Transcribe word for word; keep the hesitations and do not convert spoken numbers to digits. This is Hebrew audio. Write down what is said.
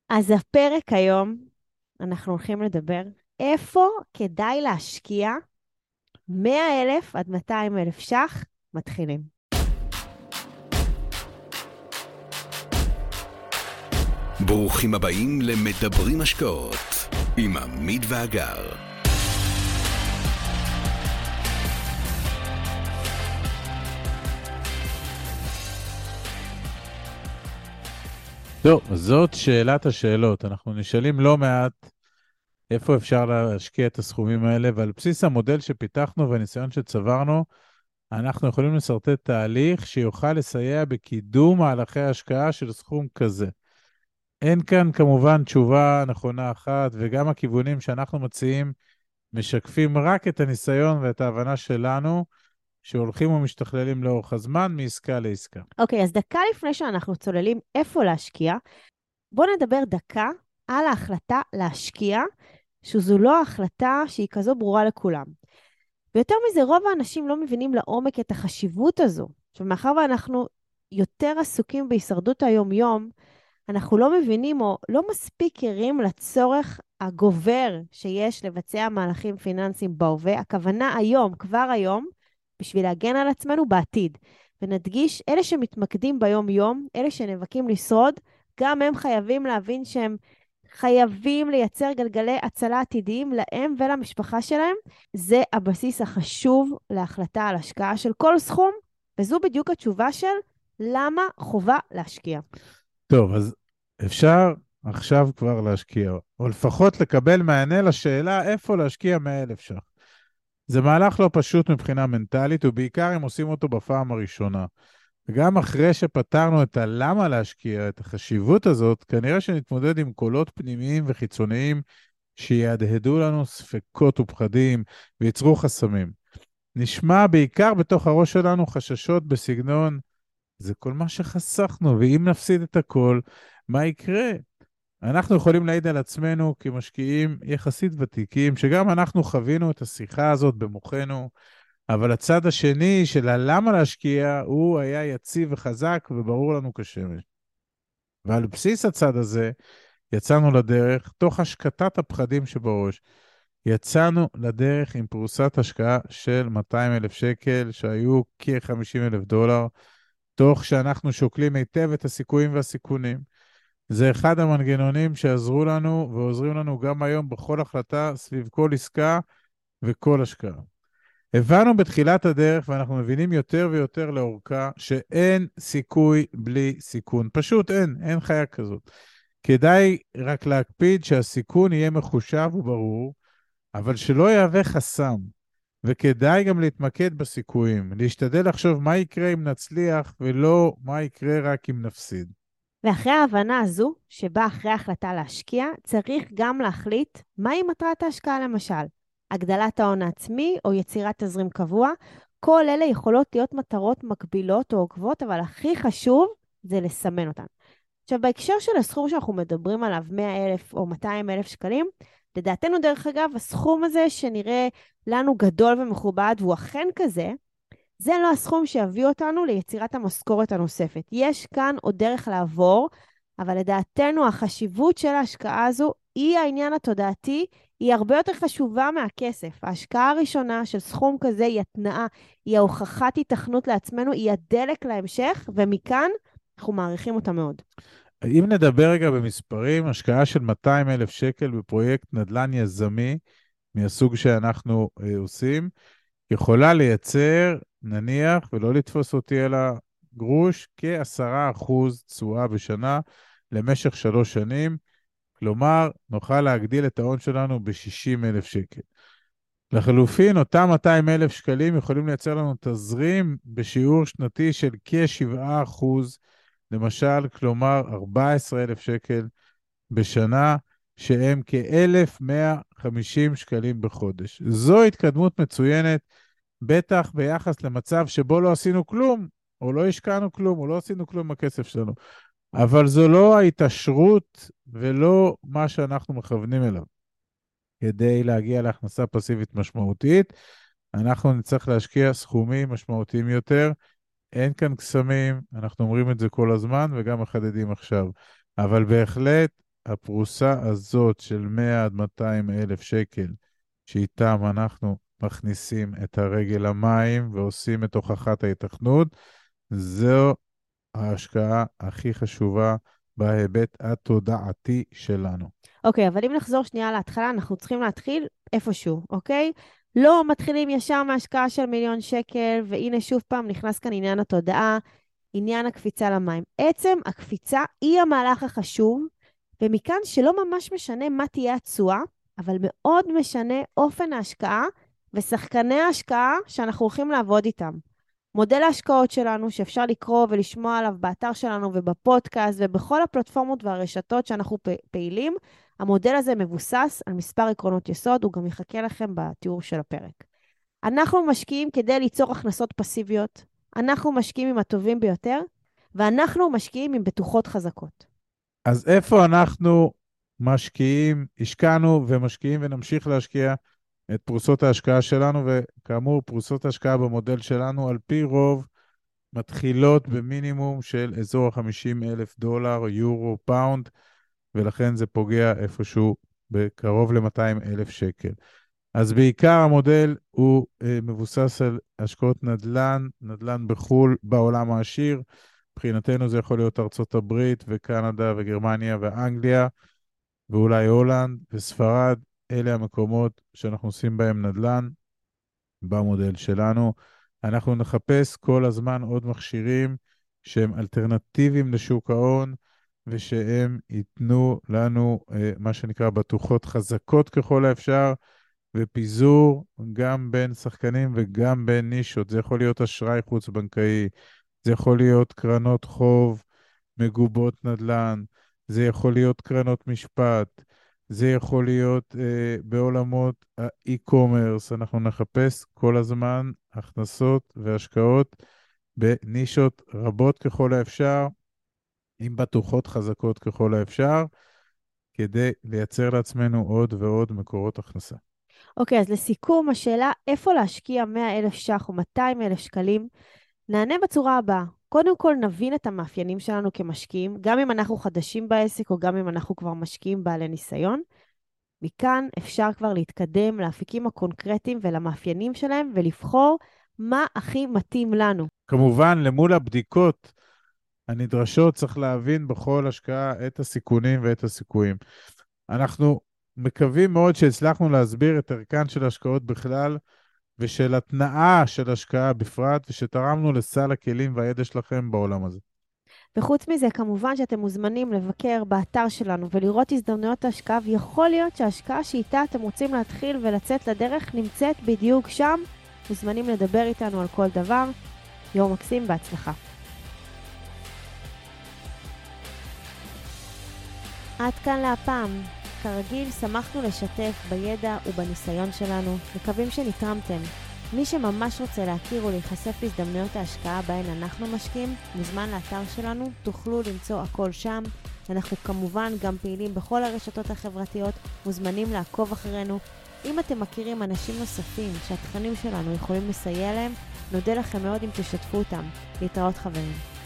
אז הפרק היום, אנחנו הולכים לדבר איפה כדאי להשקיע מאה אלף עד מאתיים אלף ש"ח מתחילים. ברוכים הבאים למדברים השקעות עם עמית ואגר. טוב, אז זאת שאלת השאלות. אנחנו נשאלים לא מעט איפה אפשר להשקיע את הסכומים האלה, ועל בסיס המודל שפיתחנו והניסיון שצברנו, אנחנו יכולים לסרטט תהליך שיוכל לסייע בקידום מהלכי ההשקעה של סכום כזה. אין כאן כמובן תשובה נכונה אחת, וגם הכיוונים שאנחנו מציעים משקפים רק את הניסיון ואת ההבנה שלנו, שהולכים ומשתכללים לאורך הזמן מעסקה לעסקה. אוקיי, אז דקה לפני שאנחנו צוללים איפה להשקיע, בואו נדבר דקה על ההחלטה להשקיע, שזו לא החלטה שהיא כזו ברורה לכולם. ויותר מזה, רוב האנשים לא מבינים לעומק את החשיבות הזו. עכשיו, מאחר ואנחנו יותר עסוקים בהישרדות היום-יום, אנחנו לא מבינים או לא מספיק ערים לצורך הגובר שיש לבצע מהלכים פיננסיים בהווה. הכוונה היום, כבר היום, בשביל להגן על עצמנו בעתיד. ונדגיש, אלה שמתמקדים ביום-יום, אלה שנאבקים לשרוד, גם הם חייבים להבין שהם חייבים לייצר גלגלי הצלה עתידיים להם ולמשפחה שלהם. זה הבסיס החשוב להחלטה על השקעה של כל סכום, וזו בדיוק התשובה של למה חובה להשקיע. טוב, אז אפשר עכשיו כבר להשקיע, או לפחות לקבל מענה לשאלה איפה להשקיע מאה אלף ש"ח. זה מהלך לא פשוט מבחינה מנטלית, ובעיקר אם עושים אותו בפעם הראשונה. וגם אחרי שפתרנו את הלמה להשקיע, את החשיבות הזאת, כנראה שנתמודד עם קולות פנימיים וחיצוניים שיהדהדו לנו ספקות ופחדים ויצרו חסמים. נשמע בעיקר בתוך הראש שלנו חששות בסגנון, זה כל מה שחסכנו, ואם נפסיד את הכל, מה יקרה? אנחנו יכולים להעיד על עצמנו כמשקיעים יחסית ותיקים, שגם אנחנו חווינו את השיחה הזאת במוחנו, אבל הצד השני של הלמה להשקיע, הוא היה יציב וחזק וברור לנו כשמש. ועל בסיס הצד הזה, יצאנו לדרך, תוך השקטת הפחדים שבראש, יצאנו לדרך עם פרוסת השקעה של מאתיים אלף שקל, שהיו כ-חמישים אלף דולר, תוך שאנחנו שוקלים היטב את הסיכויים והסיכונים. זה אחד המנגנונים שעזרו לנו ועוזרים לנו גם היום בכל החלטה סביב כל עסקה וכל השקעה. הבנו בתחילת הדרך ואנחנו מבינים יותר ויותר לאורכה שאין סיכוי בלי סיכון. פשוט אין, אין חיה כזאת. כדאי רק להקפיד שהסיכון יהיה מחושב וברור, אבל שלא יהווה חסם. וכדאי גם להתמקד בסיכויים, להשתדל לחשוב מה יקרה אם נצליח ולא מה יקרה רק אם נפסיד. ואחרי ההבנה הזו, שבה אחרי ההחלטה להשקיע, צריך גם להחליט מהי מטרת ההשקעה למשל. הגדלת ההון העצמי או יצירת תזרים קבוע, כל אלה יכולות להיות מטרות מקבילות או עוקבות, אבל הכי חשוב זה לסמן אותן. עכשיו, בהקשר של הסכום שאנחנו מדברים עליו, מאה אלף או מאתיים אלף שקלים, לדעתנו דרך אגב, הסכום הזה שנראה לנו גדול ומכובד, והוא אכן כזה, זה לא הסכום שיביא אותנו ליצירת המשכורת הנוספת. יש כאן עוד דרך לעבור, אבל לדעתנו החשיבות של ההשקעה הזו היא העניין התודעתי, היא הרבה יותר חשובה מהכסף. ההשקעה הראשונה של סכום כזה היא התנאה, היא ההוכחת התכנות לעצמנו, היא הדלק להמשך, ומכאן אנחנו מעריכים אותה מאוד. אם נדבר רגע במספרים, השקעה של מאתיים אלף שקל בפרויקט נדל"ן יזמי, מהסוג שאנחנו אה, עושים, יכולה לייצר, נניח, ולא לתפוס אותי על הגרוש, כעשרה אחוז תשואה בשנה למשך שלוש שנים, כלומר, נוכל להגדיל את ההון שלנו ב-שישים אלף שקל. לחלופין, אותם מאתיים אלף שקלים יכולים לייצר לנו תזרים בשיעור שנתי של כ-שבעה אחוז, למשל, כלומר, ארבעה עשר אלף שקל בשנה, שהם כ-אלף מאה וחמישים שקלים בחודש. זו התקדמות מצוינת, בטח ביחס למצב שבו לא עשינו כלום, או לא השקענו כלום, או לא עשינו כלום עם הכסף שלנו. אבל זו לא ההתעשרות ולא מה שאנחנו מכוונים אליו. כדי להגיע להכנסה פסיבית משמעותית, אנחנו נצטרך להשקיע סכומים משמעותיים יותר. אין כאן קסמים, אנחנו אומרים את זה כל הזמן וגם מחדדים עכשיו. אבל בהחלט הפרוסה הזאת של מאה עד מאתיים אלף שקל, שאיתם אנחנו מכניסים את הרגל למים ועושים את הוכחת ההיתכנות, זו ההשקעה הכי חשובה בהיבט התודעתי שלנו. אוקיי, אבל אם נחזור שנייה להתחלה, אנחנו צריכים להתחיל איפשהו, אוקיי? לא מתחילים ישר מהשקעה של מיליון שקל, והנה שוב פעם נכנס כאן עניין התודעה, עניין הקפיצה למים. עצם הקפיצה היא המהלך החשוב, ומכאן שלא ממש משנה מה תהיה התשואה, אבל מאוד משנה אופן ההשקעה ושחקני ההשקעה שאנחנו הולכים לעבוד איתם. מודל ההשקעות שלנו, שאפשר לקרוא ולשמוע עליו באתר שלנו ובפודקאסט ובכל הפלטפורמות והרשתות שאנחנו פעילים, המודל הזה מבוסס על מספר עקרונות יסוד, הוא גם יחכה לכם בתיאור של הפרק. אנחנו משקיעים כדי ליצור הכנסות פסיביות, אנחנו משקיעים עם הטובים ביותר, ואנחנו משקיעים עם בטוחות חזקות. אז איפה אנחנו משקיעים, השקענו ומשקיעים ונמשיך להשקיע את פרוסות ההשקעה שלנו, וכאמור, פרוסות ההשקעה במודל שלנו, על פי רוב, מתחילות במינימום של אזור ה-חמישים אלף דולר, יורו, פאונד, ולכן זה פוגע איפשהו בקרוב ל-מאתיים אלף שקל. אז בעיקר המודל הוא אה, מבוסס על השקעות נדל"ן, נדל"ן בחול, בעולם העשיר. מבחינתנו זה יכול להיות ארצות הברית וקנדה וגרמניה ואנגליה, ואולי הולנד וספרד. אלה המקומות שאנחנו עושים בהם נדל"ן במודל שלנו. אנחנו נחפש כל הזמן עוד מכשירים שהם אלטרנטיביים לשוק ההון, ושהם ייתנו לנו אה, מה שנקרא בטוחות חזקות ככל האפשר, ופיזור גם בין שחקנים וגם בין נישות. זה יכול להיות אשראי חוץ-בנקאי, זה יכול להיות קרנות חוב מגובות נדל"ן, זה יכול להיות קרנות משפט, זה יכול להיות אה, בעולמות האי-קומרס. אנחנו נחפש כל הזמן הכנסות והשקעות בנישות רבות ככל האפשר, עם בטוחות חזקות ככל האפשר, כדי לייצר לעצמנו עוד ועוד מקורות הכנסה. אוקיי, אז לסיכום, השאלה איפה להשקיע מאה אלף ש"ח או מאתיים אלף שקלים, נענה בצורה הבאה. קודם כל נבין את המאפיינים שלנו כמשקיעים, גם אם אנחנו חדשים בעסק או גם אם אנחנו כבר משקיעים בעלי ניסיון. מכאן אפשר כבר להתקדם לאפיקים הקונקרטיים ולמאפיינים שלהם ולבחור מה הכי מתאים לנו. כמובן, למול הבדיקות הנדרשות צריך להבין בכל השקעה את הסיכונים ואת הסיכויים. אנחנו מקווים מאוד שהצלחנו להסביר את ערכן של השקעות בכלל, ושל התנאה של השקעה בפרט, ושתרמנו לסל הכלים והידע שלכם בעולם הזה. וחוץ מזה, כמובן שאתם מוזמנים לבקר באתר שלנו ולראות הזדמנויות ההשקעה, ויכול להיות שההשקעה שאיתה אתם רוצים להתחיל ולצאת לדרך נמצאת בדיוק שם. מוזמנים לדבר איתנו על כל דבר. יום מקסים, בהצלחה. עד כאן להפעם. כרגיל, שמחנו לשתף בידע ובניסיון שלנו. מקווים שנתרמתם. מי שממש רוצה להכיר ולהיחשף להזדמנויות ההשקעה בהן אנחנו משקיעים, מוזמן לאתר שלנו, תוכלו למצוא הכל שם. אנחנו כמובן גם פעילים בכל הרשתות החברתיות, מוזמנים לעקוב אחרינו. אם אתם מכירים אנשים נוספים שהתכנים שלנו יכולים לסייע להם, נודה לכם מאוד אם תשתפו אותם. להתראות חברים.